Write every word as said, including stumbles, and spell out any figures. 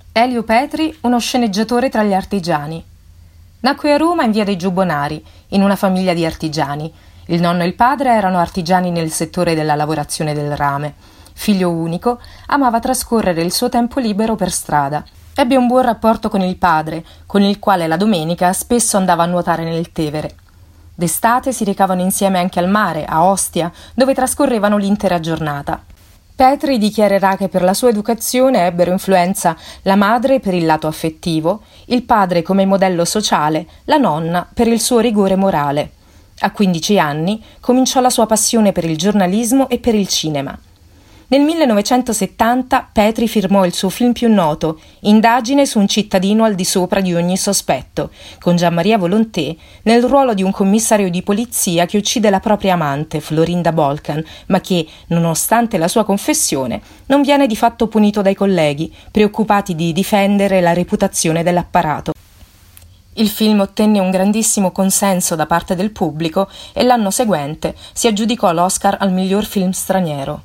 Elio Petri, uno sceneggiatore tra gli artigiani. Nacque a Roma in via dei Giubbonari, in una famiglia di artigiani. Il nonno e il padre erano artigiani nel settore della lavorazione del rame. Figlio unico, amava trascorrere il suo tempo libero per strada. Ebbe un buon rapporto con il padre, con il quale la domenica spesso andava a nuotare nel Tevere. D'estate si recavano insieme anche al mare, a Ostia, dove trascorrevano l'intera giornata. Petri dichiarerà che per la sua educazione ebbero influenza la madre per il lato affettivo, il padre come modello sociale, la nonna per il suo rigore morale. A quindici anni cominciò la sua passione per il giornalismo e per il cinema. Nel millenovecentosettanta Petri firmò il suo film più noto, Indagine su un cittadino al di sopra di ogni sospetto, con Gianmaria Volonté nel ruolo di un commissario di polizia che uccide la propria amante, Florinda Bolcan, ma che, nonostante la sua confessione, non viene di fatto punito dai colleghi, preoccupati di difendere la reputazione dell'apparato. Il film ottenne un grandissimo consenso da parte del pubblico e l'anno seguente si aggiudicò l'Oscar al miglior film straniero.